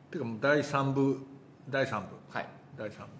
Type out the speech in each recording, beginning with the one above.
ていうかもう第3部はい第3部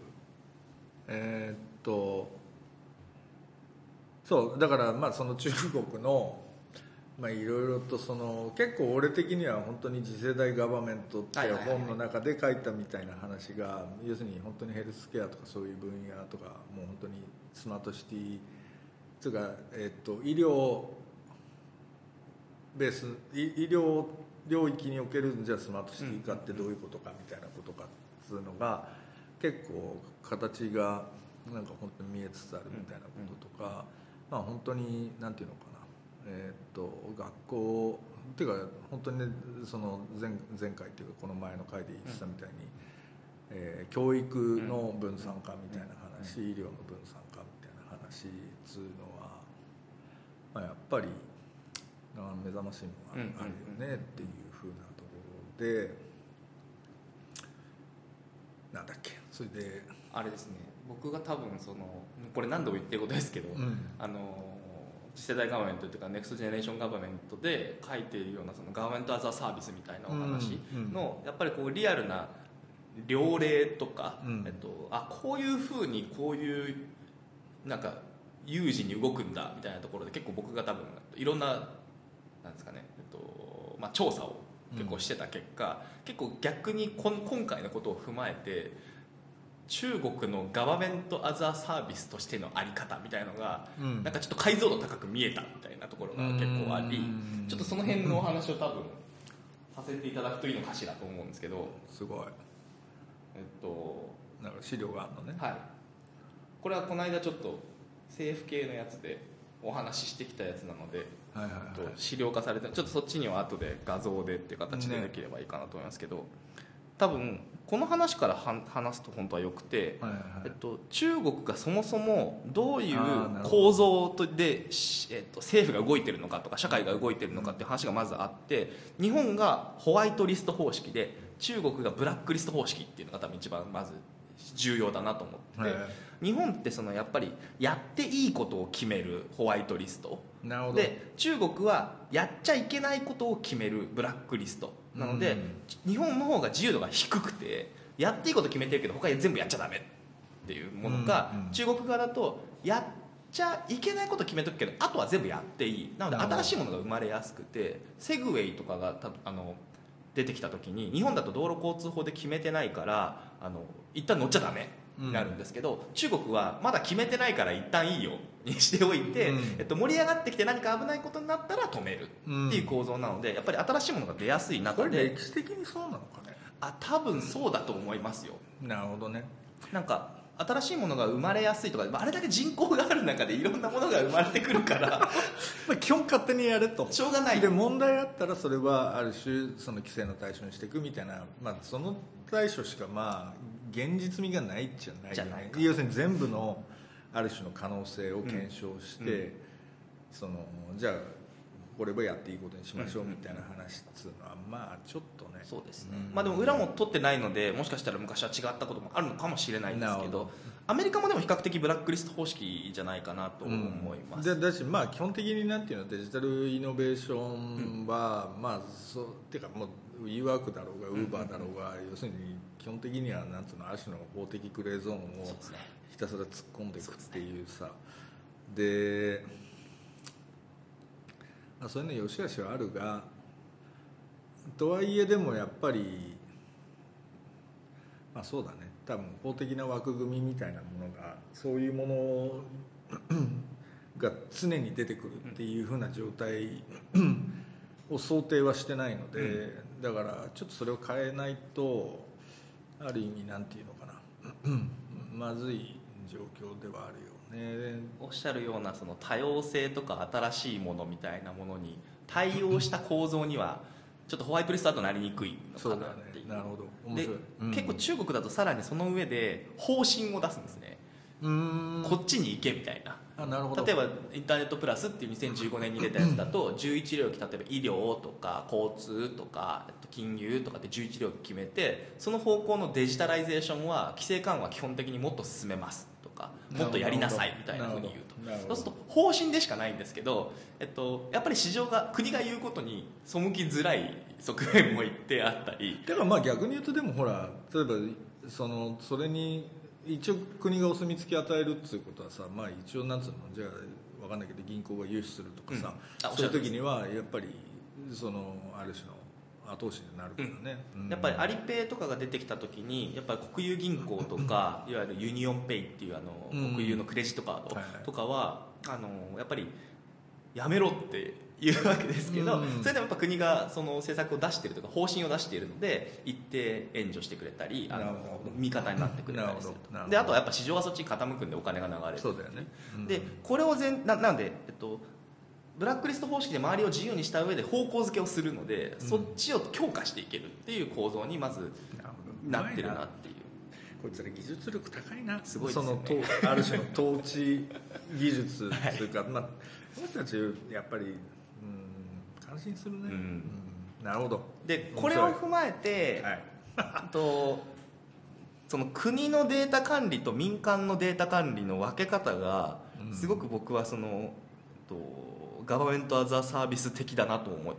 そうだからまあその中国のまあいろいろとその結構俺的には本当に次世代ガバメントって本の中で書いたみたいな話が要するに本当にヘルスケアとかそういう分野とかもう本当にスマートシティというか医療ベース医療領域におけるじゃあスマートシティ化ってどういうことかみたいなことかっていうのが結構形がなんか本当に見えつつあるみたいなこととか、まあ本当になんていうのかな学校っていうか本当にねその前回っていうかこの前の回で言ってたみたいに、教育の分散化みたいな話、医療の分散化みたいな話つうのは、まあ、やっぱり目覚ましいものがあるよねっていうふうなところで、なんだっけそれであれですね、僕が多分そのこれ何度も言ってることですけど、次世代ガバメントというかネクストジェネレーションガバメントで書いているようなそのガバメントアザーサービスみたいなお話の、やっぱりこうリアルな条例とか、こういうふうにこういうなんか有事に動くんだみたいなところで結構僕が多分いろんななんですかね、調査を結構してた結果、結構逆に今回のことを踏まえて中国のガバメントアザーサービスとしてのあり方みたいのが、なんかちょっと解像度高く見えたみたいなところが結構あり、ちょっとその辺のお話を多分させていただくといいのかしらと思うんですけど、 すごいなんか資料があるのね。 はい、これはこの間ちょっと政府系のやつでお話ししてきたやつなので、資料化されてちょっとそっちには後で画像でっていう形でできればいいかなと思いますけど、多分この話から話すと本当はよくて、中国がそもそもどういう構造で、政府が動いてるのかとか社会が動いてるのかっていう話がまずあって、日本がホワイトリスト方式で中国がブラックリスト方式っていうのが多分一番まず重要だなと思ってて、日本ってそのやっぱりやっていいことを決めるホワイトリストで、中国はやっちゃいけないことを決めるブラックリストなので、日本の方が自由度が低くてやっていいこと決めてるけど他全部やっちゃダメっていうものが、中国側だとやっちゃいけないこと決めとくけどあとは全部やっていい、なので新しいものが生まれやすくて、セグウェイとかが出てきた時に日本だと道路交通法で決めてないから一旦乗っちゃダメになるんですけど、中国はまだ決めてないから一旦いいよにしておいて、盛り上がってきて何か危ないことになったら止めるっていう構造なので、やっぱり新しいものが出やすい中で、 これ歴史的にそうなのかね。 多分そうだと思いますよ。 なるほどね。 なんか新しいものが生まれやすいとか、あれだけ人口がある中でいろんなものが生まれてくるからまあ基本勝手にやれとしょうがないで、問題あったらそれはある種その規制の対象にしていくみたいな、まあ、その対処しかまあ現実味がないっちゃないじゃない。要するに全部のある種の可能性を検証して、じゃあこれはやっていいことにしましょうみたいな話っていうのは、まあちょっとね、 そうですね、まあでも裏も取ってないのでもしかしたら昔は違ったこともあるのかもしれないんですけど、アメリカもでも比較的ブラックリスト方式じゃないかなと思います、 だし、まあ基本的になんていうの、デジタルイノベーションは、まあそうっていうかもうWeWorkだろうが Uber だろうが、要するに基本的にはなんつうの、ある種の法的グレーゾーンをひたすら突っ込んでいくっていうさ、でそういうの良し悪しはあるが、とはいえでもやっぱりまあそうだね、多分法的な枠組みみたいなものが、そういうものが常に出てくるっていう風な状態を想定はしてないので、だからちょっとそれを変えないと、ある意味なんていうのかなまずい状況ではあるよね。 おっしゃるようなその多様性とか新しいものみたいなものに対応した構造にはちょっとホワイトリストだとなりにくいのかなっていう。 なるほど、面白い。 結構中国だとさらにその上で方針を出すんですね。こっちに行けみたいな。 なるほど。 例えばインターネットプラスっていう2015年に出たやつだと11領域、例えば医療とか交通とか金融とかって11領域決めて、その方向のデジタライゼーションは規制緩和基本的にもっと進めますとかもっとやりなさいみたいなふうに言うと、そうすると方針でしかないんですけど、やっぱり市場が国が言うことに背きづらい側面も一定あったり、 だからまあ逆に言うとでもほら例えばそれに一応国がお墨付き与えるっていうことはさ、まあ一応なんつうのじゃあ分かんないけど銀行が融資するとかさ、そういう時にはやっぱりある種の後押しになるからね、 やっぱりアリペイとかが出てきた時にやっぱり国有銀行とかいわゆるユニオンペイっていう国有のクレジットカードとかはやっぱりやめろって言うわけですけど、それでもやっぱ国がその政策を出しているとか方針を出しているので一定援助してくれたり味方になってくれたりすると。であとはやっぱ市場がそっちに傾くんでお金が流れる。 そうだよね、 でこれをなんで、ブラックリスト方式で周りを自由にした上で方向づけをするので、そっちを強化していけるっていう構造にまずなってるなっていう。 こいつら技術力高いな、 すごいですよね。 ある種の統治技術というか、まあ、この人たちやっぱり感心するね、なるほど。 でこれを踏まえて、その国のデータ管理と民間のデータ管理の分け方がすごく僕はガバメントアザーサービス的だなと思って、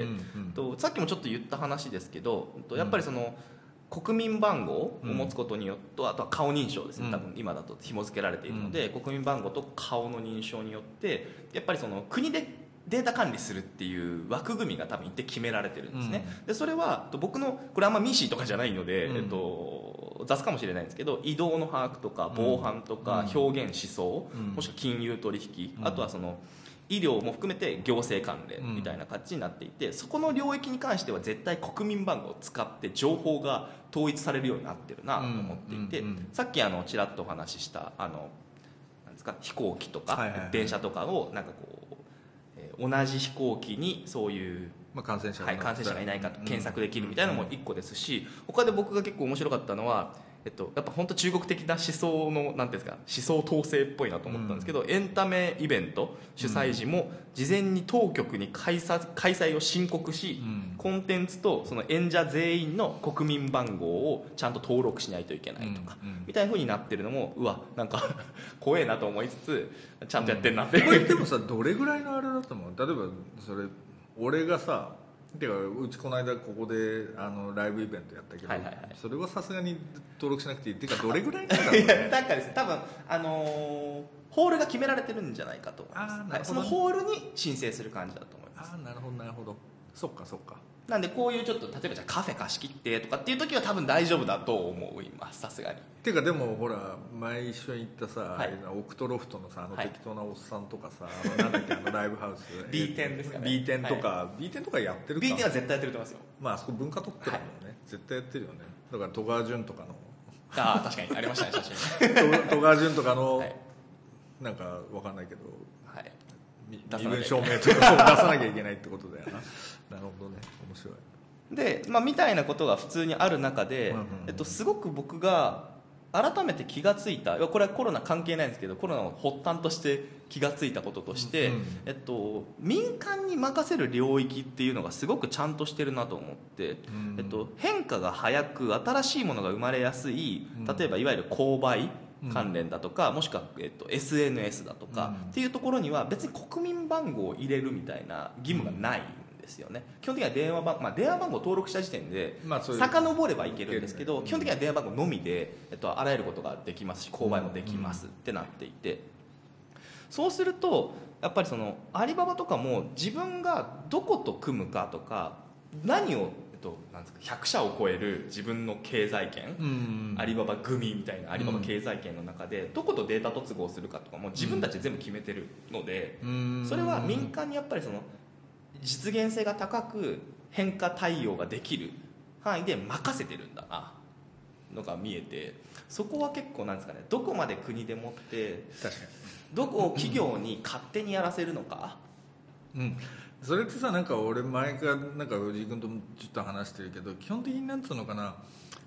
さっきもちょっと言った話ですけど、やっぱり国民番号を持つことによって、あとは顔認証ですね、多分今だと紐付けられているので、国民番号と顔の認証によってやっぱり国でデータ管理するっていう枠組みが多分一定決められてるんですね、でそれは僕のこれあんまミーシーとかじゃないので、雑かもしれないんですけど、移動の把握とか防犯とか表現思想、もしくは金融取引、あとは医療も含めて行政関連みたいな形になっていて、そこの領域に関しては絶対国民番号を使って情報が統一されるようになってるなと思っていて、さっきちらっとお話ししたなんですか、飛行機とか電車とかをなんか同じ飛行機にそういう感染者がいないかと検索できるみたいなのも1個ですし、他で僕が結構面白かったのはやっぱ本当中国的な思想のなんていうんですか、思想統制っぽいなと思ったんですけど、エンタメイベント主催時も事前に当局に開催を申告し、コンテンツとその演者全員の国民番号をちゃんと登録しないといけないとか、みたいな風になってるのもなんか怖えなと思いつつちゃんとやってんなって、 これでもさどれぐらいのあれだと思う？例えば俺がさてかうちこの間ここでライブイベントやったけど、それはさすがに登録しなくていいっていうかどれぐらいなんだろうねなんかですね、多分ホールが決められてるんじゃないかと思います。そのホールに申請する感じだと思います。 なるほどなるほど、そっかそっか。 なんでこういうちょっと例えばじゃあカフェ貸し切ってとかっていう時は多分大丈夫だと思います、さすがに。 ていうかでもほら前一緒に行ったさ、オクトロフトのさ適当なおっさんとかさ、なんだっけライブハウス B 店ですかね。 B 店とか、B 店とかやってるか。 B 店は絶対やってると思いますよ。 まああそこ文化特許だもんね、絶対やってるよね。だから戸川潤とかの確かにありましたね写真戸川潤とかの、なんかわかんないけど、身分証明とかを出さなきゃいけないってことだよななるほどね、面白い。 で、みたいなことが普通にある中で、すごく僕が改めて気がついた、これはコロナ関係ないんですけどコロナの発端として気がついたこととして、民間に任せる領域っていうのがすごくちゃんとしてるなと思って、変化が早く新しいものが生まれやすい、例えばいわゆる購買関連だとか、もしくは、SNS だとか、っていうところには別に国民番号を入れるみたいな義務がないんですよね。基本的には電話番号を登録した時点で遡ればいけるんですけど、基本的には電話番号のみで、あらゆることができますし購買もできますってなっていて、そうするとやっぱりアリババとかも自分がどこと組むかとか、何をなんですか100社を超える自分の経済圏、アリババ組みたいなアリババ経済圏の中でどことデータ突合するかとかも自分たちで全部決めてるので、それは民間にやっぱり実現性が高く変化対応ができる範囲で任せてるんだなのが見えて、そこは結構なんですかね、どこまで国でもってどこを企業に勝手にやらせるのか、 それってさ、なんか俺前からなんか藤井君ともちょっと話してるけど、基本的になんつうのかな、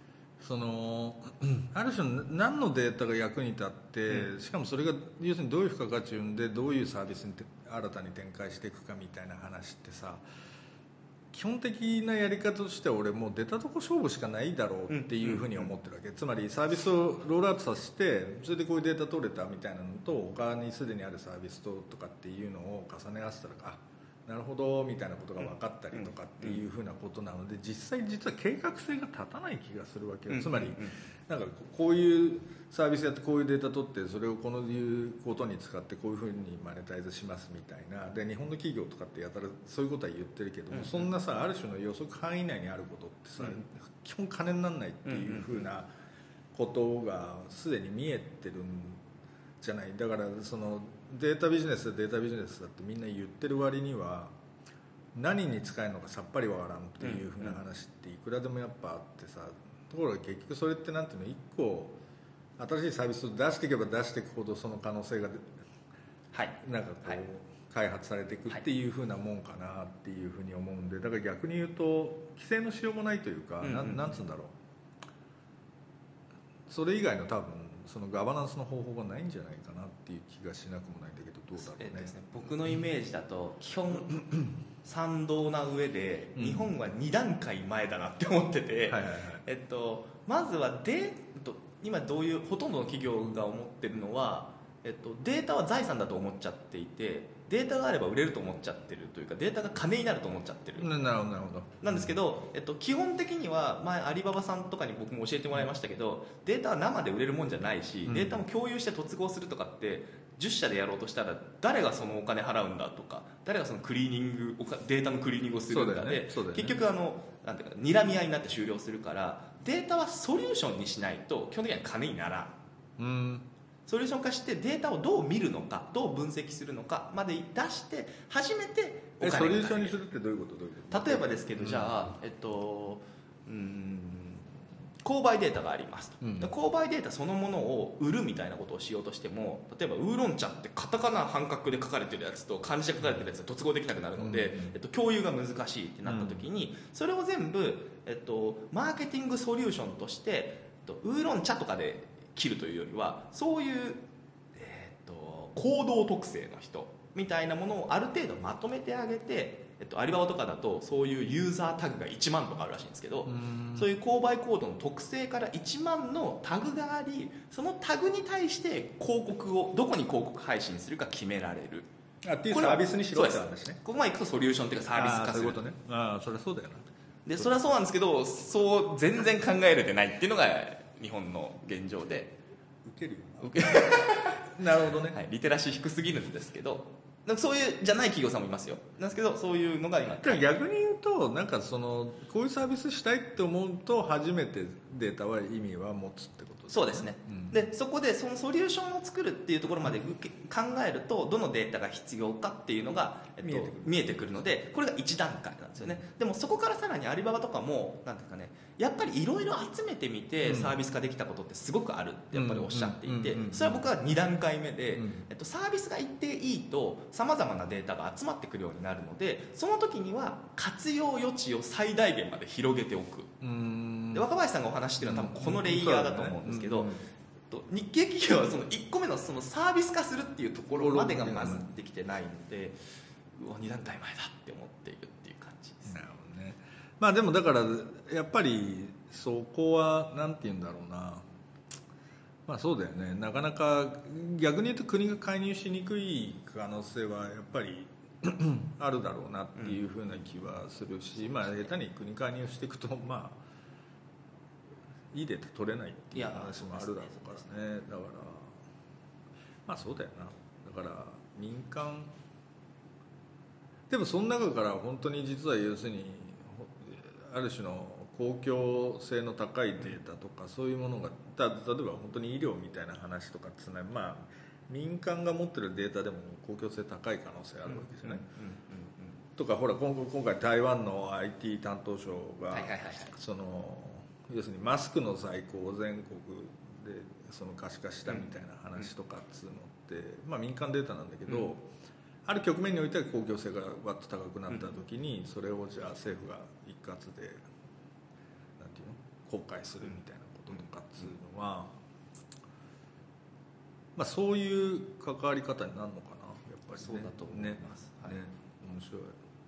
ある種何のデータが役に立って、しかもそれが要するにどういう付加価値を生んでどういうサービスに新たに展開していくかみたいな話ってさ、 基本的なやり方としては俺もう出たとこ勝負しかないだろうっていうふうに思ってるわけ、つまりサービスをロールアウトさせてそれでこういうデータ取れたみたいなのと他にすでにあるサービスとかっていうのを重ね合わせたらなるほどみたいなことが分かったりとかっていうふうなことなので、実は計画性が立たない気がするわけよ。つまりなんかこういうサービスやってこういうデータ取ってそれをこのいうことに使ってこういうふうにマネタイズしますみたいなで、日本の企業とかってやたらそういうことは言ってるけども、そんなさある種の予測範囲内にあることってさ、基本金にならないっていうふうなことがすでに見えてるんじゃない。だからそのデータビジネスだってみんな言ってる割には何に使えるのかさっぱりわからんっていう風な話っていくらでもやっぱあってさ、ところが結局それってなんていうの、一個新しいサービスを出していけば出していくほどその可能性がなんかこう開発されていくっていう風なもんかなっていう風に思うんで、だから逆に言うと規制のしようもないというか、なんつうんだろう、それ以外の多分そのガバナンスの方法がないんじゃないかなっていう気がしなくもないんだけど、どうだろうね。 僕のイメージだと基本賛同な上で日本は2段階前だなって思ってて、まずは今どういうほとんどの企業が思ってるのは、データは財産だと思っちゃっていて、データがあれば売れると思っちゃってるというか、データが金になると思っちゃってる。 なるほどなんですけど、基本的には前アリババさんとかに僕も教えてもらいましたけど、データは生で売れるもんじゃないし、データも共有して突合するとかって10社でやろうとしたら誰がそのお金払うんだとか、誰がそのクリーニングデータのクリーニングをするんだで、結局なんていうか睨み合いになって終了するから、データはソリューションにしないと基本的には金にならん。ソリューション化してデータをどう見るのか、どう分析するのかまで出して初めてお金をソリューションにするってどういうこと？ 例えばですけど、じゃあ購買データがありますと、購買データそのものを売るみたいなことをしようとしても、例えばウーロン茶ってカタカナ半角で書かれてるやつと漢字で書かれてるやつが突合できなくなるので、共有が難しいってなった時に、それを全部、マーケティングソリューションとしてウーロン茶とかで切るというよりは、そういう、行動特性の人みたいなものをある程度まとめてあげて、アリババとかだとそういうユーザータグが1万とかあるらしいんですけど、そういう購買行動の特性から1万のタグがあり、そのタグに対して広告をどこに広告配信するか決められるっていうサービスにしろって話ね。 ここまでいくとソリューションっていうかサービス化する。 そういうことね。それはそうだよな。 でそれはそうなんですけど、そう全然考えれてないっていうのが日本の現状で、 受けるよなるほどね、 リテラシー低すぎるんですけど、そういうじゃない企業さんもいますよ。なんですけど、そういうのが今逆に言うと、なんかこういうサービスしたいって思うと初めてデータは意味は持つってことですね。 そうですね、でそこでそのソリューションを作るっていうところまで考えると、どのデータが必要かっていうのが、見えてくるので、これが1段階なんですよね。でもそこからさらにアリババとかもなんていうかね、やっぱりいろいろ集めてみてサービス化できたことってすごくあるってやっぱりおっしゃっていて、それは僕は2段階目で、サービスが一定いいとさまざまなデータが集まってくるようになるので、その時には活用余地を最大限まで広げておく。で若林さんがお話してるのは多分このレイヤーだと思うんですけど、日系企業はその1個目のそのサービス化するっていうところまでがまずできてないので、2段階前だって思っているっていう感じです。 なるほどね。まあでもだからやっぱりそこはなんて言うんだろうな、まあそうだよね。なかなか逆に言うと国が介入しにくい可能性はやっぱりあるだろうなっていうふうな気はするし、まあ下手に国介入していくとまあいいデータ取れないっていう話もあるだろうからね。だからまあそうだよな。だから民間でもその中から本当に実は要するにある種の公共性の高いデータとかそういうものが例えば本当に医療みたいな話とかつなまあ民間が持ってるデータでも公共性高い可能性あるわけですね。とかほら今回台湾の IT 担当省が要するにマスクの在庫を全国で可視化したみたいな話とかっつうのって、まあ、民間データなんだけど、ある局面においては公共性がわっと高くなった時にそれをじゃあ政府が一括でなんていうの公開するみたいなこととかっつうのは、まあ、そういう関わり方になるのかなやっぱりね。 そうだと思います、 ね、面白い。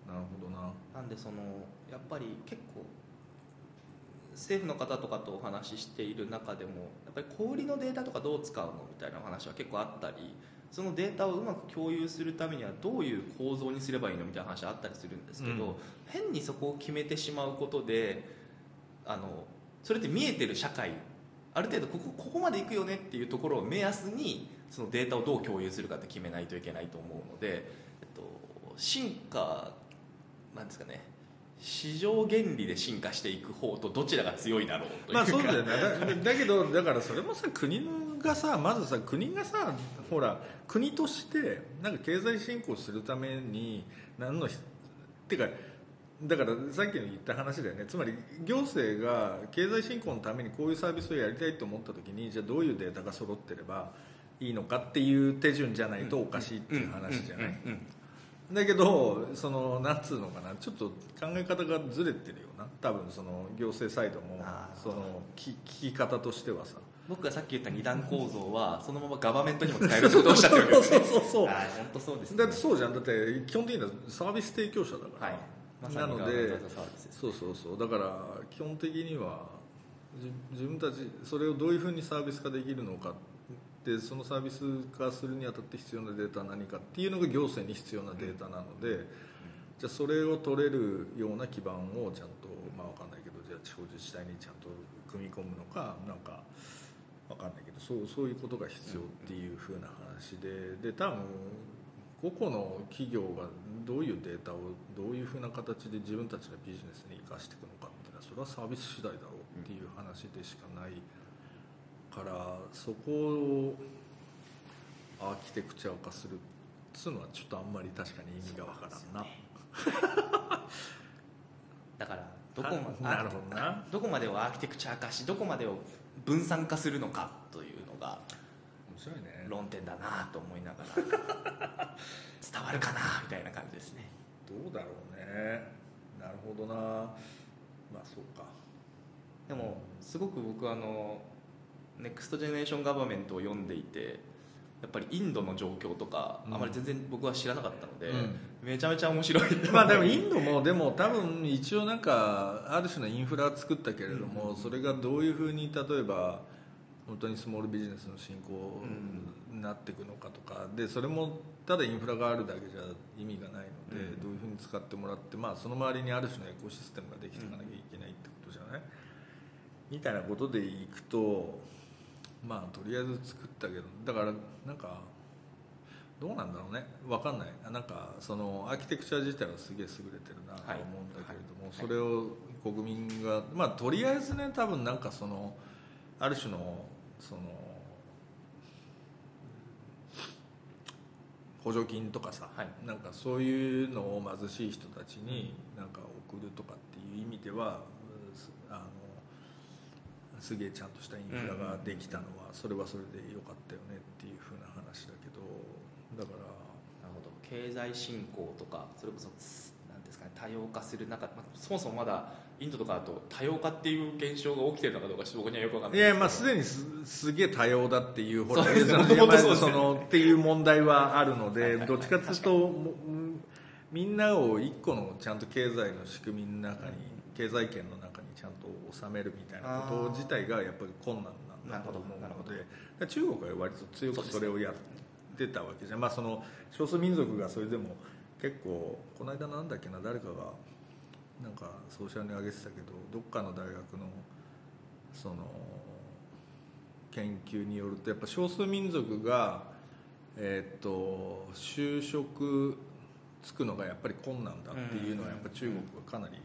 なるほどな。 なんでやっぱり結構政府の方とかとお話ししている中でもやっぱり小売りのデータとかどう使うのみたいな話は結構あったり、そのデータをうまく共有するためにはどういう構造にすればいいのみたいな話はあったりするんですけど、変にそこを決めてしまうことでそれって見えてる社会ある程度ここまでいくよねっていうところを目安にそのデータをどう共有するかって決めないといけないと思うので、進化なんですかね、市場原理で進化していく方とどちらが強いだろうというか、 まあそうだよね。だけどだからそれもさ、国がさ、まずさ、国がさ、ほら国としてなんか経済振興するために何のってか、だからさっきの言った話だよね。つまり行政が経済振興のためにこういうサービスをやりたいと思った時に、じゃあどういうデータが揃ってればいいのかっていう手順じゃないとおかしいっていう話じゃない。だけどなんつうのかな、ちょっと考え方がずれてるよな、多分行政サイドも聞き方としてはさ。 僕がさっき言った二段構造はそのままガバメントにも使えるってことをおっしゃってるわけですね。 そう本当そうですね。 だってそうじゃん。だって基本的にはサービス提供者だから、 はい、まさなのでそうだから基本的には自分たちそれをどういうふうにサービス化できるのかで、そのサービス化するにあたって必要なデータは何かっていうのが行政に必要なデータなので、じゃあそれを取れるような基盤をちゃんと、まあ分かんないけど、じゃあ地方自治体にちゃんと組み込むのかなんか分かんないけど、そういうことが必要っていうふうな話で、多分個々の企業がどういうデータをどういうふうな形で自分たちのビジネスに生かしていくのかっていうのは、それはサービス次第だろうっていう話でしかないから、そこをアーキテクチャ化するっつうのはちょっとあんまり確かに意味がわからんな。 だからなるほどな、 どこまでをアーキテクチャ化しどこまでを分散化するのかというのが面白いね、 論点だなと思いながら伝わるかなみたいな感じですね。 どうだろうね。なるほどな。まあそうか。 でもすごく僕ネクストジェネレーションガバメントを読んでいて、やっぱりインドの状況とかあまり全然僕は知らなかったので、めちゃめちゃ面白い。 まあでもインドもでも多分一応なんかある種のインフラは作ったけれども、それがどういうふうに例えば本当にスモールビジネスの振興になっていくのかとかで、それもただインフラがあるだけじゃ意味がないので、どういうふうに使ってもらって、まあその周りにある種のエコシステムができていかなきゃいけないってことじゃない、みたいなことでいくと、まあとりあえず作ったけど、だからなんかどうなんだろうね、分かんない。なんかそのアーキテクチャ自体はすげえ優れてるなと思うんだけれども、それを国民がまあとりあえずね、多分なんかある種の補助金とかさ、なんかそういうのを貧しい人たちになんか送るとかっていう意味では、すげえちゃんとしたインフラができたのはそれはそれで良かったよねっていう風な話だけど、だからなるほど、経済振興とかそれこそなんですかね、多様化する中、そもそもまだインドとかだと多様化っていう現象が起きてるのかどうか僕にはよく分かんない。 いや、まあすでにすげえ多様だっていうほらっていう問題はあるので、どっちかというとみんなを一個のちゃんと経済の仕組みの中に、経済圏の中にちゃんと収めるみたいなこと自体がやっぱり困難なんだと思うので、中国は割と強くそれをやってたわけじゃん。まあその少数民族がそれでも結構、この間なんだっけな、誰かがなんかソーシャルに上げてたけど、どっかの大学のその研究によると、やっぱ少数民族が就職つくのがやっぱり困難だっていうのはやっぱ中国はかなり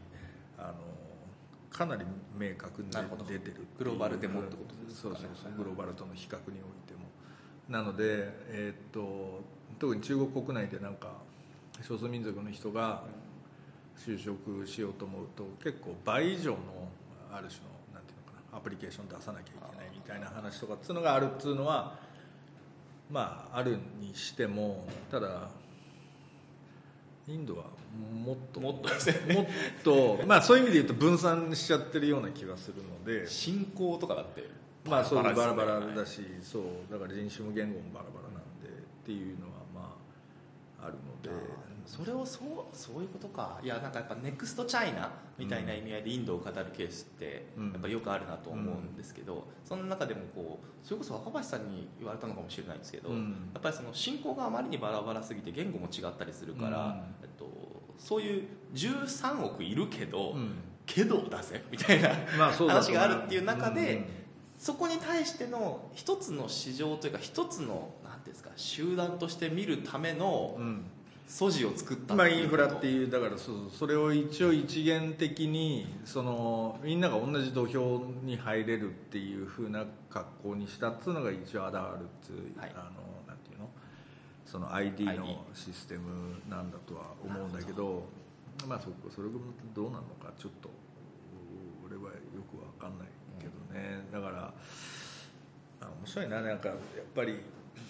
明確に出てる。 グローバルでもってことですかね。 そうグローバルとの比較においても。なので特に中国国内でなんか少数民族の人が就職しようと思うと、結構倍以上のある種のなんていうのかな、アプリケーション出さなきゃいけないみたいな話とかっていうのがあるっていうのは、まああるにしても、ただインドはもっとまあそういう意味で言うと分散しちゃってるような気がするので、 信仰とかだってまあそうバラバラだし、そうだから人種も言語もバラバラなんでっていうのはまああるので、 それをそういうことか。いやなんかやっぱネクストチャイナみたいな意味合いでインドを語るケースってやっぱよくあるなと思うんですけど、その中でもこうそれこそ若林さんに言われたのかもしれないんですけど、やっぱりその信仰があまりにバラバラすぎて言語も違ったりするから、そういう13億いるけど、けどだぜみたいな、話があるっていう中で、そこに対しての一つの市場というか一つのなんていうんですか集団として見るための素地を作ったっていうインフラっていうだからそれを一応一元的にみんなが同じ土俵に入れるっていう風な格好にしたっていうのが一応アダールっていう、なんていうのその ID のシステムなんだとは思うんだけど、まあそれがどうなのかちょっと俺はよく分かんないけどね、だから面白いな。なんかやっぱり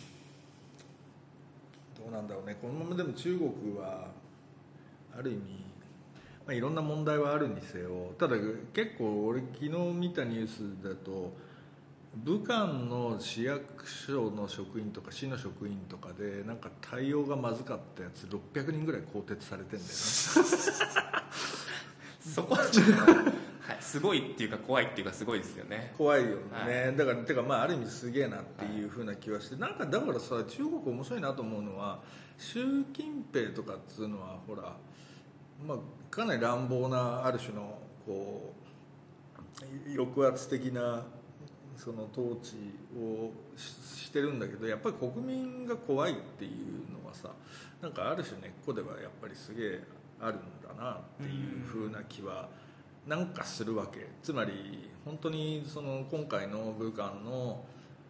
どうなんだろうね、このままでも中国はある意味、いろんな問題はあるにせよ、ただ結構俺昨日見たニュースだと武漢の市役所の職員とか市の職員とかでなんか対応がまずかったやつ600人ぐらい更迭されてんだよねそこはちょっとすごいっていうか怖いっていうかすごいですよね。 怖いよね、だからある意味すげえなっていう風な気はして、なんかだからさ中国面白いなと思うのは習近平とかっつうのはほら、かなり乱暴なある種のこう抑圧的なその統治をしてるんだけど、やっぱり国民が怖いっていうのはさ、なんかある種根っこではやっぱりすげえあるんだなっていう風な気はなんかするわけ。つまり本当に今回の武漢の、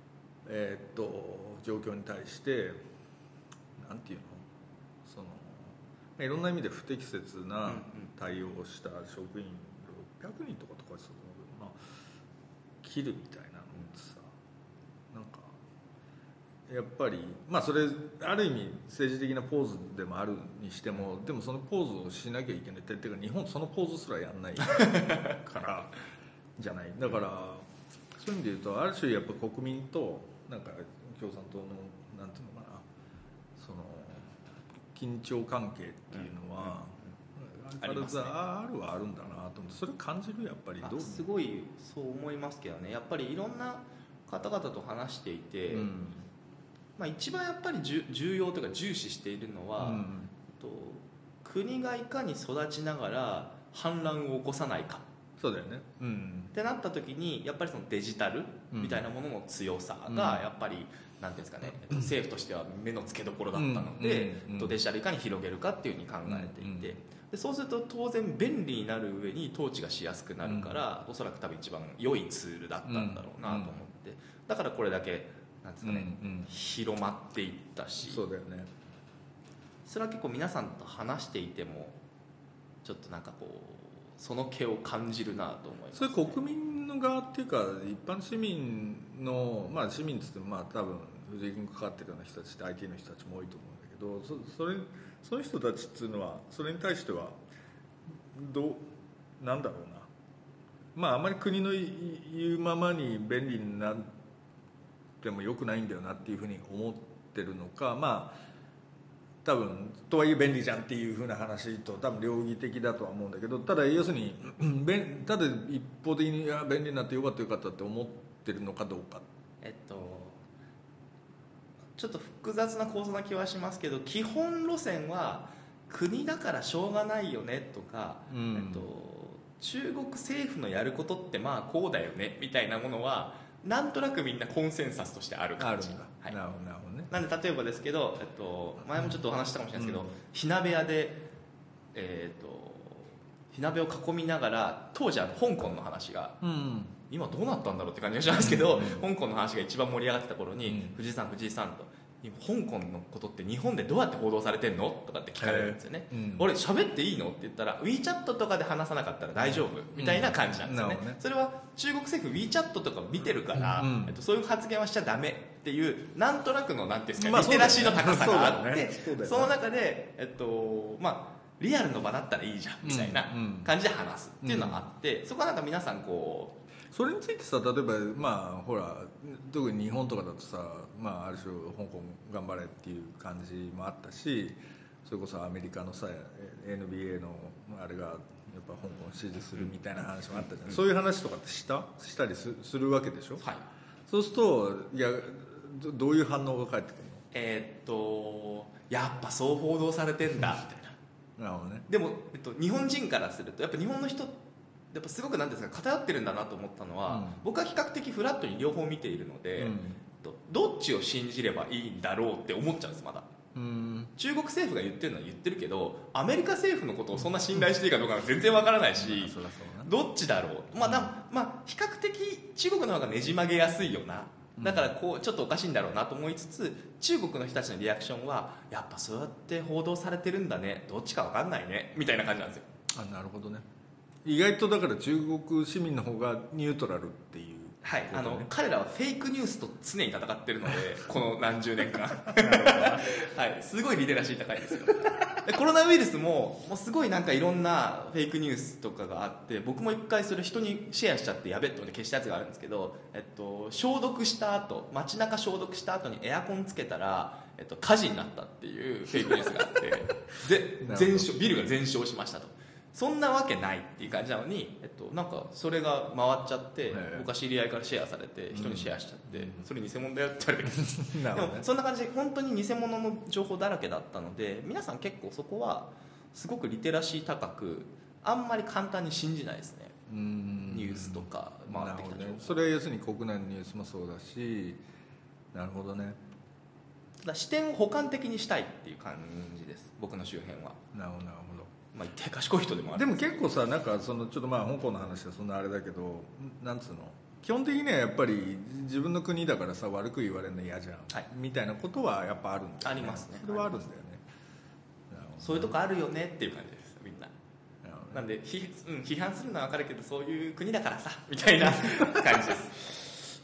状況に対してなんていうの、いろんな意味で不適切な対応をした職員600人とかそうだな、切るみたいなのってさ、なんかやっぱりそれある意味政治的なポーズでもあるにしても、でもそのポーズをしなきゃいけないっていうか日本そのポーズすらやんないからじゃない。だからそういう意味で言うとある種やっぱ国民となんか共産党のなんていうのかな、緊張関係っていうのは、あるはあるんだなと思って、それを感じる。やっぱりすごいそう思いますけどね。やっぱりいろんな方々と話していて、一番やっぱり重要というか重視しているのは、国がいかに育ちながら反乱を起こさないか。 そうだよね、 ってなった時にやっぱりそのデジタルみたいなものの強さがやっぱりなんていうんですかね、政府としては目の付けどころだったので、デジタルいかに広げるかっていうふうに考えていて、でそうすると当然便利になる上に統治がしやすくなるから、おそらく多分一番良いツールだったんだろうなと思って、だからこれだけなんですかね、広まっていったし。 そうだよね。 それは結構皆さんと話していてもちょっとなんかこうその気を感じるなと思います、 ね、それ国民の側っていうか一般市民の、市民っつっても多分税金かかってるような人たちって IT の人たちも多いと思うんだけど、そういう人たちっていうのはそれに対してはなんだろうな、あまり国の言うままに便利になってもよくないんだよなっていうふうに思ってるのか、多分とはいえ便利じゃんっていう風な話と多分両義的だとは思うんだけど、ただ要するにただ一方的に便利になってよかったって思ってるのかどうか、 ちょっと複雑な構造な気はしますけど、基本路線は国だからしょうがないよねとか、中国政府のやることってこうだよねみたいなものはなんとなくみんなコンセンサスとしてある感じ。 なるほどね。 なんで例えばですけど、前もちょっとお話したかもしれないですけど、火鍋屋で、火鍋を囲みながら当時香港の話が、今どうなったんだろうって感じがしますけど、香港の話が一番盛り上がってた頃に、藤井さんと香港のことって日本でどうやって報道されてんのとかって聞かれるんですよね。俺喋っていいのって言ったら WeChat とかで話さなかったら大丈夫みたいな感じなんですよね。それは中国政府 WeChat とか見てるから、そういう発言はしちゃダメっていうなんとなくのなんていうんですか、リテラシーの高さがあって、その中でリアルの場だったらいいじゃんみたいな感じで話すっていうのがあって、そこはなんか皆さんこうそれについてさ、例えばほら特に日本とかだとさ、ある種香港頑張れっていう感じもあったし、 それこそアメリカのさ NBA のあれがやっぱ香港を支持するみたいな話もあったじゃん、そういう話とかってしたりするわけでしょ、 はい、 そうするとどういう反応が返ってくるの？やっぱそう報道されてんだみたいな。 なるほどね。 でも、日本人からするとやっぱ日本の人やっぱすごくなんですか偏ってるんだなと思ったのは、僕は比較的フラットに両方見ているので、どっちを信じればいいんだろうって思っちゃうんですまだ。中国政府が言ってるのは言ってるけど、アメリカ政府のことをそんな信頼していいかどうかは全然わからないし、どっちだろう、まあ比較的中国の方がねじ曲げやすいよな、だからこうちょっとおかしいんだろうなと思いつつ、中国の人たちのリアクションはやっぱそうやって報道されてるんだね、どっちかわかんないねみたいな感じなんですよ。 なるほどね。意外とだから中国市民の方がニュートラルっていう、 はい、彼らはフェイクニュースと常に戦ってるのでこの何十年間はい、すごいリテラシー高いですよ。でコロナウイルスもうすごいなんかいろんなフェイクニュースとかがあって、僕も一回それ人にシェアしちゃってやべって消したやつがあるんですけど、消毒した後、街中消毒した後にエアコンつけたら、火事になったっていうフェイクニュースがあってビルが全焼しましたと。そんなわけないっていう感じなのに、なんかそれが回っちゃって、僕は知り合いからシェアされて人にシェアしちゃって、それ偽物だよって言われてでもそんな感じで本当に偽物の情報だらけだったので、皆さん結構そこはすごくリテラシー高く、あんまり簡単に信じないですね。ニュースとか回ってきた情報、 それは要するに国内のニュースもそうだし、なるほどね。 だ視点を補完的にしたいっていう感じです、僕の周辺は。 なるほど。 まあ、一定賢い人でもある。 でも結構さ、なんかちょっと香港の話はそんなあれだけど、なんつうの、基本的にはやっぱり自分の国だからさ悪く言われるの嫌じゃん、はい、みたいなことはやっぱあるんだよね。 ありますね。 それはあるんだよね。 そういうとこあるよねっていう感じですみんな。なんで批判するのは分かるけど、そういう国だからさみたいな感じです。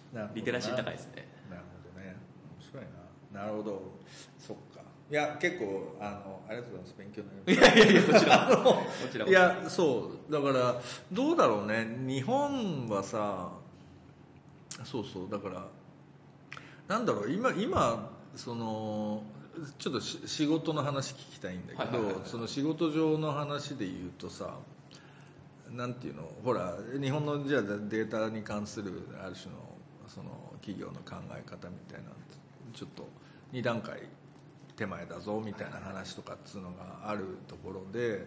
リテラシー高いですね。 なるほどね。面白いな。なるほど。そっか。いや結構ありがとうございます。勉強になりました。 いやこちらいやそうだからどうだろうね。日本はさ、そうだからなんだろう、今そのちょっと仕事の話聞きたいんだけど、その仕事上の話で言うとさ、なんていうの、ほら日本のじゃあデータに関するある種のその企業の考え方みたいな、ちょっと2段階手前だぞみたいな話とかっつうのがあるところで、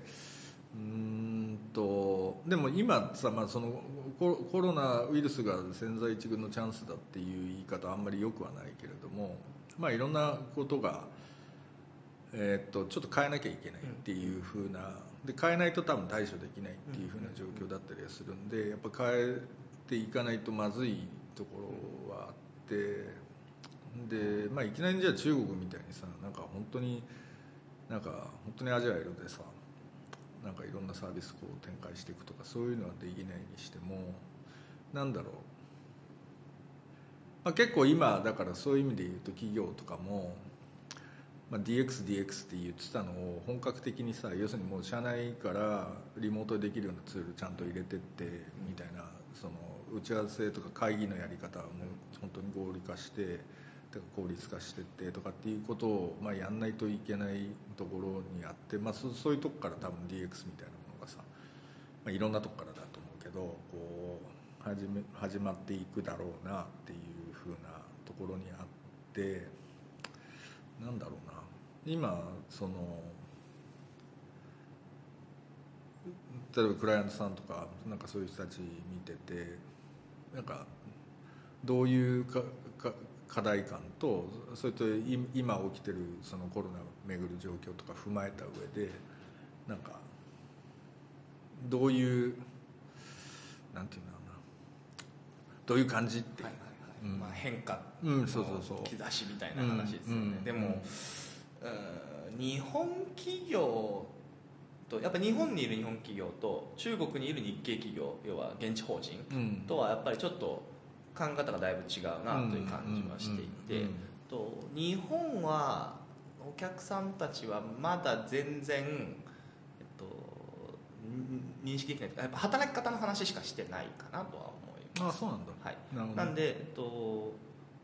でも今さ、そのコロナウイルスが千載一遇のチャンスだっていう言い方はあんまりよくはないけれども、いろんなことが、ちょっと変えなきゃいけないっていう風な、で変えないと多分対処できないっていう風な状況だったりはするんで、やっぱ変えていかないとまずいところはあって、で、いきなりじゃあ中国みたいにさ、なんか本当にアジャイルでさ、なんかいろんなサービスこう展開していくとかそういうのはできないにしても、なんだろう、結構今だからそういう意味で言うと企業とかも、DX って言ってたのを本格的にさ、要するにもう社内からリモートでできるようなツールちゃんと入れてってみたいな、その打ち合わせとか会議のやり方はもう本当に合理化して効率化してってとかっていうことをやんないといけないところにあって、そういうとこから多分 DX みたいなものがさ、いろんなとこからだと思うけどこう始まっていくだろうなっていう風なところにあって、なんだろうな、今その例えばクライアントさんとかなんかそういう人たち見てて、なんかどういう課題感と、それと今起きてるそのコロナをめぐる状況とか踏まえた上で、なんかどういうなんていうんだろうな、どういう感じっていう、 変化の兆しみたいな話ですよね。でも、日本企業とやっぱ日本にいる日本企業と中国にいる日系企業、要は現地法人とはやっぱりちょっと考え方がだいぶ違うなという感じはしていて、日本はお客さんたちはまだ全然、認識できないというか、やっぱ働き方の話しかしてないかなとは思います。 そうなんだ。 はい、なんで、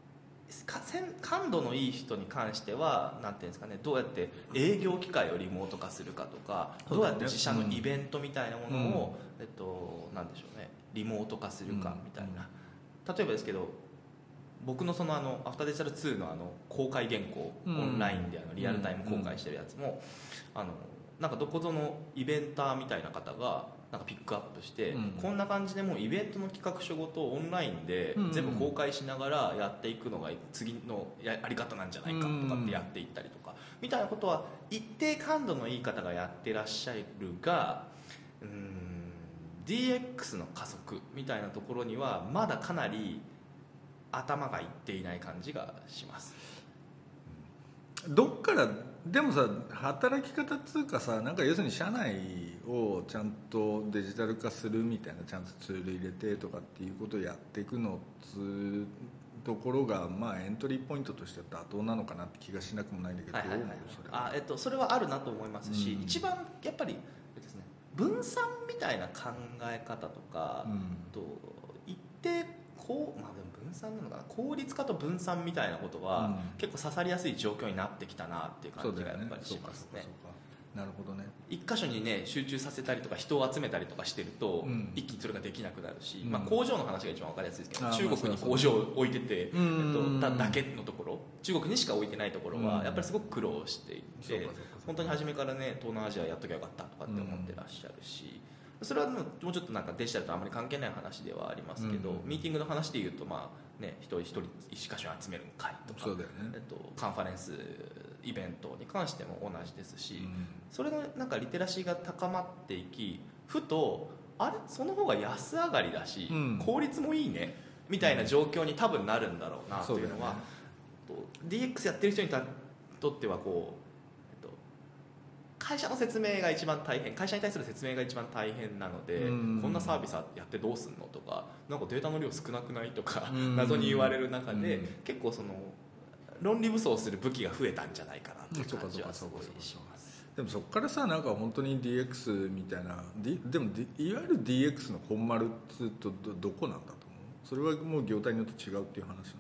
感度のいい人に関してはなんていうんですかね、どうやって営業機会をリモート化するかとか、どうやって自社のイベントみたいなものを、なんでしょうね、リモート化するかみたいな、例えばですけど僕のそのアフターデジタル2の公開原稿、オンラインでリアルタイム公開してるやつも、なんかどこぞのイベンターみたいな方がなんかピックアップして、こんな感じでもうイベントの企画書ごとオンラインで全部公開しながらやっていくのが次のやり方なんじゃないかとかってやっていったりとかみたいなことは一定感度のいい方がやってらっしゃるが、DX の加速みたいなところにはまだかなり頭がいっていない感じがします。 どっからでもさ、働き方っつうかさ、なんか要するに社内をちゃんとデジタル化するみたいな、ちゃんとツール入れてとかっていうことをやっていくのつうところが、まあエントリーポイントとしては妥当なのかなって気がしなくもないんだけど、 それはあるなと思いますし、一番やっぱりですね、分散みたいな考え方とか、一定こう、まあでも分散なのかな、効率化と分散みたいなことは、結構刺さりやすい状況になってきたなっていう感じがやっぱりしますね。 なるほどね。 一箇所にね集中させたりとか人を集めたりとかしてると、一気にそれができなくなるし、工場の話が一番分かりやすいですけど、中国に工場を置いてて、だけのところ、中国にしか置いてないところはやっぱりすごく苦労していて、本当に初めからね東南アジアやっときゃよかったとかって思ってらっしゃるし、それはもうちょっとなんかデジタルとあまり関係ない話ではありますけど、ミーティングの話でいうと、まあね、一人一人一箇所に集める会とか、カンファレンスイベントに関しても同じですし、それのなんかリテラシーが高まっていき、ふとあれその方が安上がりだし、効率もいいねみたいな状況に多分なるんだろうなというのは、DX やってる人にとってはこう、会社の説明が一番大変、会社に対する説明が一番大変なので、こんなサービスやってどうすんのとか、なんかデータの量少なくないとか謎に言われる中で、結構その論理武装する武器が増えたんじゃないかなという感じはすごいします。 でもそこからさ、なんか本当に DX みたいな、でもいわゆる DX の本丸っつうと どこなんだと思う？それはもう業態によって違うっていう話なの？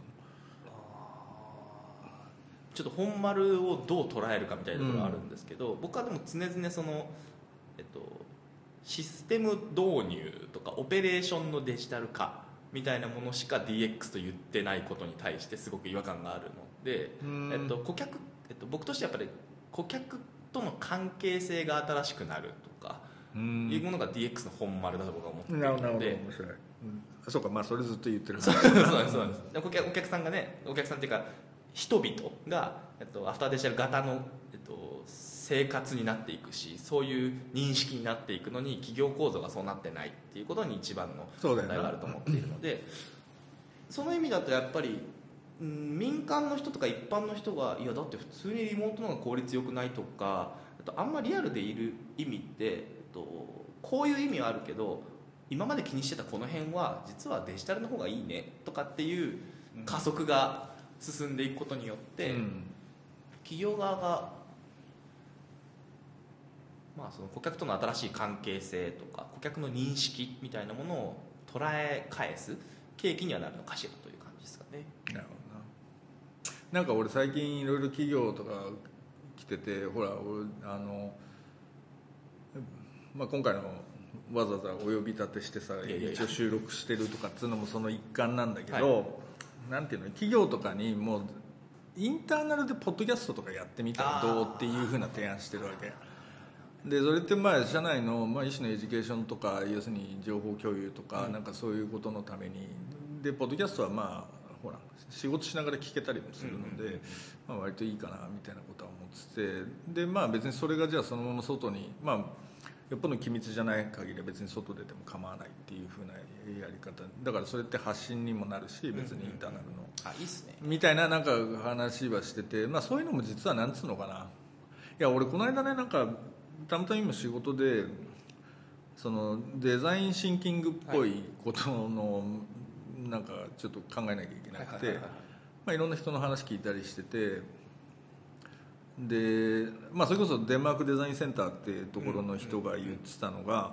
ちょっと本丸をどう捉えるかみたいなところがあるんですけど、僕はでも常々その、システム導入とかオペレーションのデジタル化みたいなものしか DX と言ってないことに対してすごく違和感があるので、顧客、僕としてはやっぱり顧客との関係性が新しくなるとかいうものが DX の本丸だと僕は思っているので。なるほど、面白い。 そうか、まあそれずっと言ってる。 そうです。お客さんがね、お客さんっていうか人々が、アフターデジタル型の、生活になっていくし、そういう認識になっていくのに企業構造がそうなってないっていうことに一番の問題があると思っているので、その意味だとやっぱり、民間の人とか一般の人がいやだって普通にリモートの方が効率よくないとか、あんまリアルでいる意味って、こういう意味はあるけど今まで気にしてたこの辺は実はデジタルの方がいいねとかっていう加速が進んでいくことによって、企業側が、その顧客との新しい関係性とか顧客の認識みたいなものを捉え返す契機にはなるのかしらという感じですかね。 なるほどな。なんか俺最近いろいろ企業とか来てて、ほら俺今回のわざわざお呼び立てしてさ、一応収録してるとかっつうのもその一環なんだけど、なんていうの、企業とかにもうインターナルでポッドキャストとかやってみたらどうっていうふうな提案してるわけで、それって社内の、一種のエデュケーションとか、要するに情報共有とか、なんかそういうことのためにで、ポッドキャストはほら仕事しながら聞けたりもするので、割といいかなみたいなことは思ってて、で別にそれがじゃあそのまま外によっぽど機密じゃない限りは別に外出ても構わないっていう風なやり方だから、それって発信にもなるし、別にインターナルのいいっすねみたいななんか話はしてて、そういうのも実はなんつうのかな、いや俺この間ね、なんかたまたま今仕事でそのデザインシンキングっぽいことのなんかちょっと考えなきゃいけなくて、いろんな人の話聞いたりしてて、でそれこそデンマークデザインセンターっていうところの人が言ってたのが、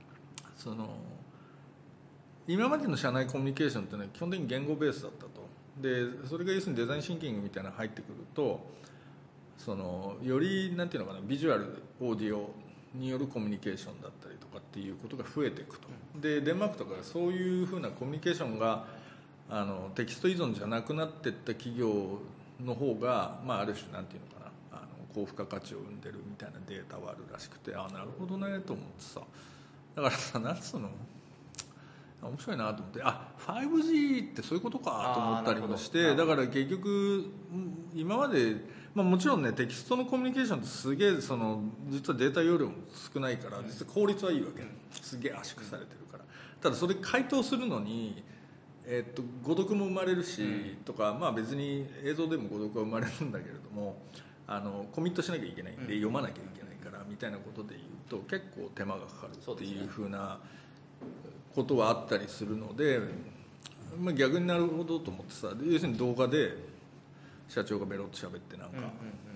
その今までの社内コミュニケーションっていうのは基本的に言語ベースだったと。 でそれが要するにデザインシンキングみたいなのが入ってくるとよりなんていうのかな、ビジュアルオーディオによるコミュニケーションだったりとかっていうことが増えていくと。でデンマークとかそういうふうなコミュニケーションがテキスト依存じゃなくなっていった企業の方が、ある種なんていうのかな、高付加価値を生んでるみたいなデータはあるらしくて、なるほどねと思ってさ、だからさ、なんつうの面白いなと思って、5G ってそういうことかと思ったりもして、だから結局今まで、もちろんねテキストのコミュニケーションってすげえ実はデータ容量も少ないから実は効率はいいわけ、すげえ圧縮されてるから。ただそれ回答するのに誤読も生まれるし、とか、別に映像でも誤読は生まれるんだけれども、コミットしなきゃいけないんで、読まなきゃいけないからみたいなことで言うと結構手間がかかるっていう風なことはあったりするので、逆になるほどと思ってさ、要するに動画で社長がベロッと喋ってなんか、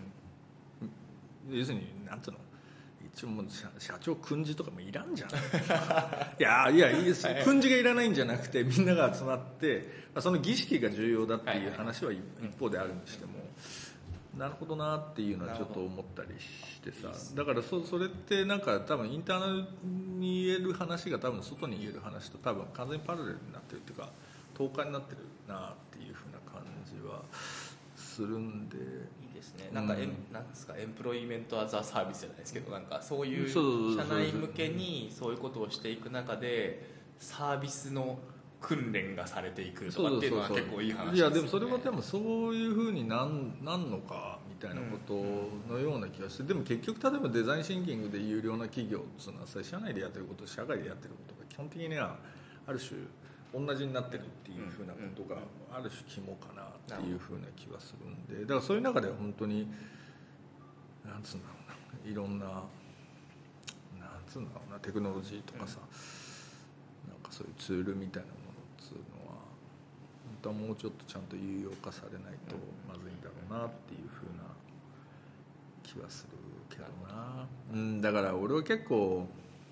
要するになんていうの、一応もう社長訓示とかもいらんじゃんいや訓示がいらないんじゃなくて、みんなが集まって、その儀式が重要だっていう話は一方であるにしても、なるほどなっていうのはちょっと思ったりしてさ、だからそれってなんか多分インターナルに言える話が多分外に言える話と多分完全にパラレルになってるっていうか、等価になってるなっていう風な感じはするんで、いいですね。なんですか、エンプロイメントアザーサービスじゃないですけど、なんかそういう社内向けにそういうことをしていく中でサービスの訓練がされていくとかっていうのは結構いい話ですね。 いやでもそれはでもそういう風になんのかみたいなことのような気がして、でも結局例えばデザインシンキングで有料な企業っていうのはさ、社内でやってることと社外でやってることが基本的にはある種同じになってるっていう風なことがある種肝かなっていう風な気はするんで、だからそういう中で本当になんつうんだろうな、いろんななんつうんだろうな、テクノロジーとかさ、なんかそういうツールみたいなものっていうのは本当はもうちょっとちゃんと有用化されないとまずいんだろうなっていう風な気はするけどな。だから俺は結構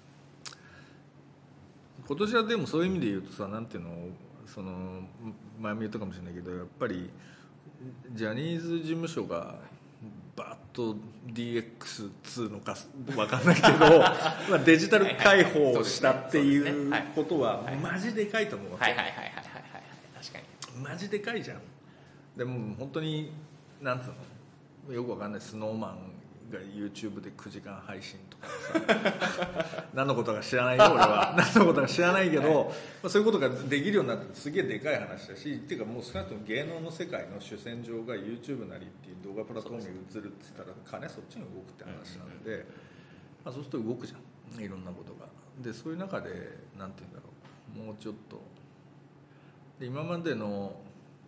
今年はでもそういう意味で言うとさ、なんていうの、前も言ったかもしれないけど、やっぱりジャニーズ事務所がバッと DX2 のか分かんないけどデジタル開放をしたっていうことはマジでかいと思うわけ。 確かにマジでかいじゃん。でも本当になんつうの、よく分かんないスノーマンが YouTube で9時間配信とかさ何のことか知らないよ俺は何のことか知らないけど、そういうことができるようになってすげえでかい話だし、っていうかもう少なくとも芸能の世界の主戦場が YouTube なりっていう動画プラットフォームに移るって言ったら金そっちに動くって話なので、そうすると動くじゃん、いろんなことが。でそういう中でなんて言うんだろう、もうちょっとで今までの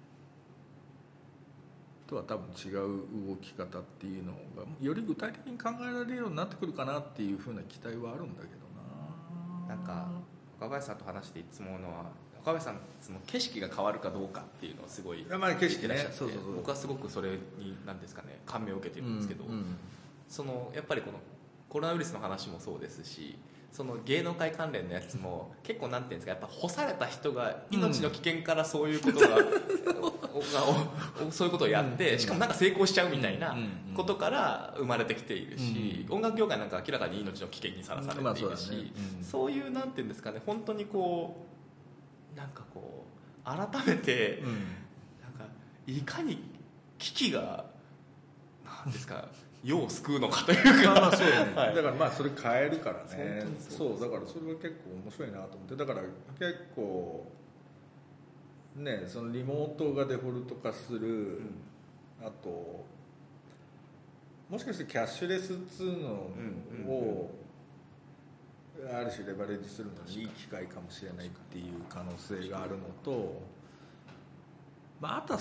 とは多分違う動き方っていうのがより具体的に考えられるようになってくるかなっていう風な期待はあるんだけどな。 なんか若林さんと話していつも思うのは、若林さんその景色が変わるかどうかっていうのをすごい言ってらっしゃって、僕はすごくそれに何ですかね、感銘を受けてるんですけど、やっぱりこのコロナウイルスの話もそうですし、その芸能界関連のやつも結構なんていうんですか、やっぱ干された人が命の危険からそういうことが、そういうことをやって、しかもなんか成功しちゃうみたいなことから生まれてきているし、音楽業界なんか明らかに命の危険にさらされているし、そういうなんていうんですかね、本当にこうなんかこう改めてなんかいかに危機がなんですか世を救うのかというかそうだね、はい、だからそれ変えるからね。そうだからそれは結構面白いなと思って、だから結構ね、そのリモートがデフォルト化する、あともしかしてキャッシュレスっつうのをある種レバレッジするのにいい機会かもしれないっていう可能性があるのと、あと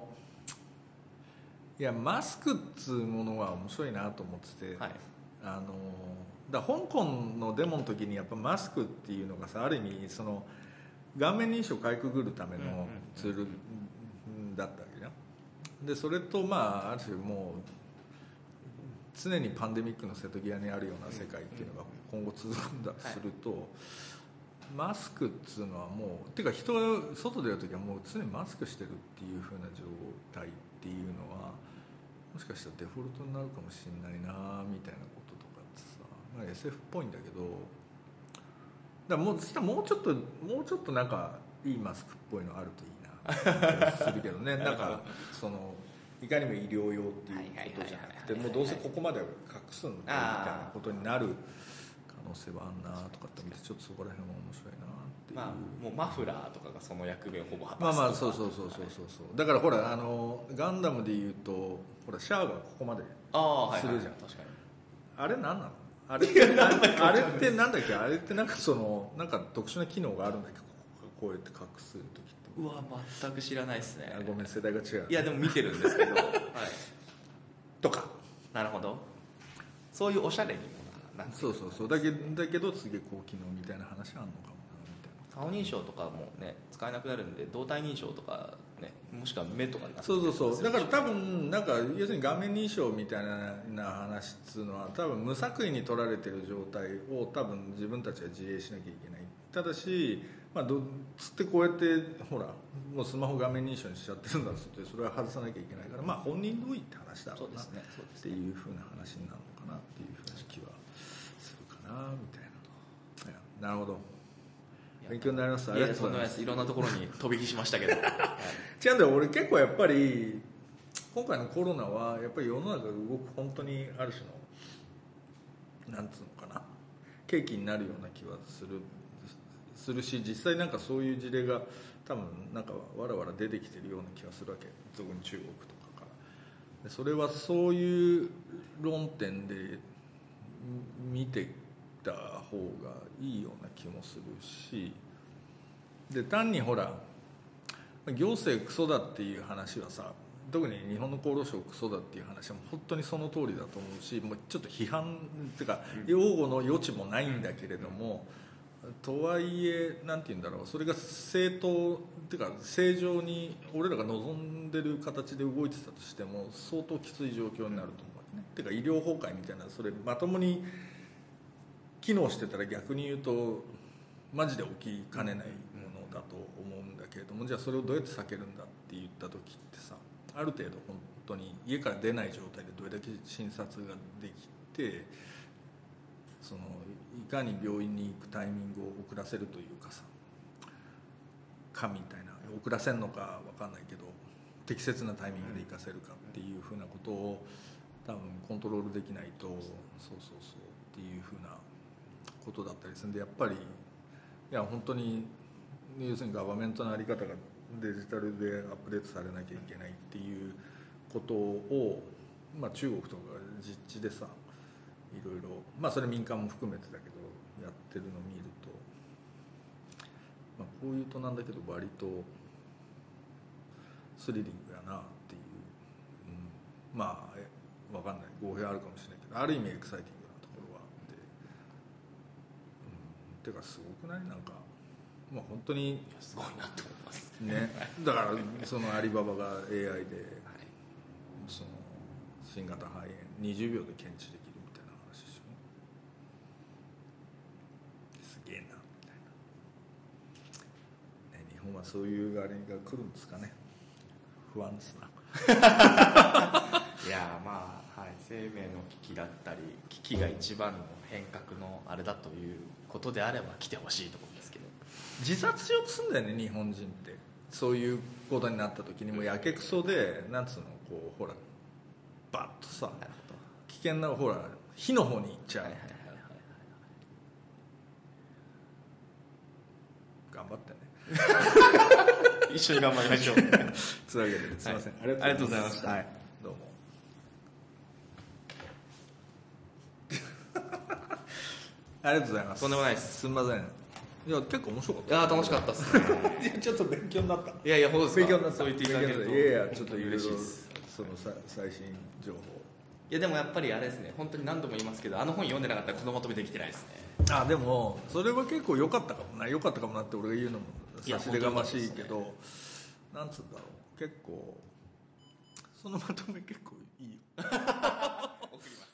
はいやマスクっつうものは面白いなと思ってて、はい、だ香港のデモの時にやっぱマスクっていうのがさ、ある意味顔面認証をかいくぐるためのツールだったわけじゃん。でそれとある種もう常にパンデミックの瀬戸際にあるような世界っていうのが今後続くんだとすると、 マスクっつうのはもうてか人が外出るときはもう常にマスクしてるっていう風な状態っていうのはもしかしたらデフォルトになるかもしれないなみたいなこととかってさ、なんか SF っぽいんだけど、だからもうちょっとなんかいいマスクっぽいのあるといいなするけどねなんかそのいかにも医療用っていうことじゃなくてもうどうせここまで隠すんだみたいなことになる可能性はあんなとかって見てちょっとそこら辺は面白いなっていう、 まあもうマフラーとかがその役目をほぼ果たすとか、 まあそうだからほらガンダムでいうとほらシャアがここまでするじゃん、確かにあれ何なのあれってなんだっけあれってなんかそのなんか特殊な機能があるんだっけこうやって隠す時ってうわ全く知らないですね。 ごめん世代が違う。 いやでも見てるんですけど、はい、 とかなるほどそういうおしゃれにもなってそうだけどすげえ高機能みたいな話あんのかもなみたいな。 顔認証とかもね使えなくなるんで動体認証とかねもしくは目とかになってそうだから多分なんか要するに画面認証みたいな話っつうのは多分無作為に取られてる状態を多分自分たちは自衛しなきゃいけない。ただし、まあ、つってこうやってほらもうスマホ画面認証にしちゃってるんだっつってそれは外さなきゃいけないから、まあ、本人同意って話だろうなっていうふうな話になるのかなっていうふうな気はするかなみたいな。いやなるほど勉強になります。ありがとうございます。 いろんなところに飛び火しましたけど違うんだよ俺結構やっぱり今回のコロナはやっぱり世の中が動く本当にある種のなんつうのかな契機になるような気はするし実際なんかそういう事例が多分なんかわらわら出てきてるような気がするわけ特に中国とかからでそれはそういう論点で見てた方がいいような気もするしで単にほら行政クソだっていう話はさ特に日本の厚労省クソだっていう話は本当にその通りだと思うしもうちょっと批判っていうか擁護の余地もないんだけれどもとはいえなんて言うんだろうそれが正当っていうか正常に俺らが望んでる形で動いてたとしても相当きつい状況になると思うわけね。っていうか医療崩壊みたいなそれまともに機能してたら逆に言うとマジで起きかねないものだと思うんだけれどもじゃあそれをどうやって避けるんだって言った時ってさある程度本当に家から出ない状態でどれだけ診察ができてそのいかに病院に行くタイミングを遅らせるというかさみたいな遅らせるのか分かんないけど適切なタイミングで行かせるかっていうふうなことを多分コントロールできないとそうっていうふうなことだったりするんでやっぱりいや本当に要するにガバメントの在り方がデジタルでアップデートされなきゃいけないっていうことを、まあ、中国とか実地でさいろいろまあそれ民間も含めてだけどやってるのを見ると、まあ、こういうとなんだけど割とスリリングやなっていう、まあ分かんない語弊あるかもしれないけどある意味エクサイティングなところはあって、てかすごくないなんかまあ本当にすごいなと思いますねだからそのアリババが AI でその新型肺炎20秒で検知できるみたいな話でしょすげえなみたいな、ね、日本はそういうあれが来るんですかね不安ですないやまあ、はい、生命の危機だったり危機が一番の変革のあれだということであれば来てほしいと思うんですけど自殺しようとするんだよね日本人ってそういうことになった時にもうやけくそでなんつうのこうほらバッとさ危険なほら火の方に行っちゃう、頑張ってね一緒に頑張りましょうつうわけですいません、 ありがとうございました、 はい、どうもありがとうございます。 とんでもないです。 すみません。いや結構面白かった。 いや楽しかったっすね。 ちょっと勉強になった。 いやほうですか。 勉強になった。 そう言っていただけると。 いやちょっといろいろその最新情報。 いやでもやっぱりあれですね。本当に何度も言いますけどあの本読んでなかったらこのまとめできてないですね。 あでもそれは結構良かったかもな良かったかもなって俺が言うのも差し出がましいけど、ね、なんつうんだろう結構そのまとめ結構いいよ。 送ります。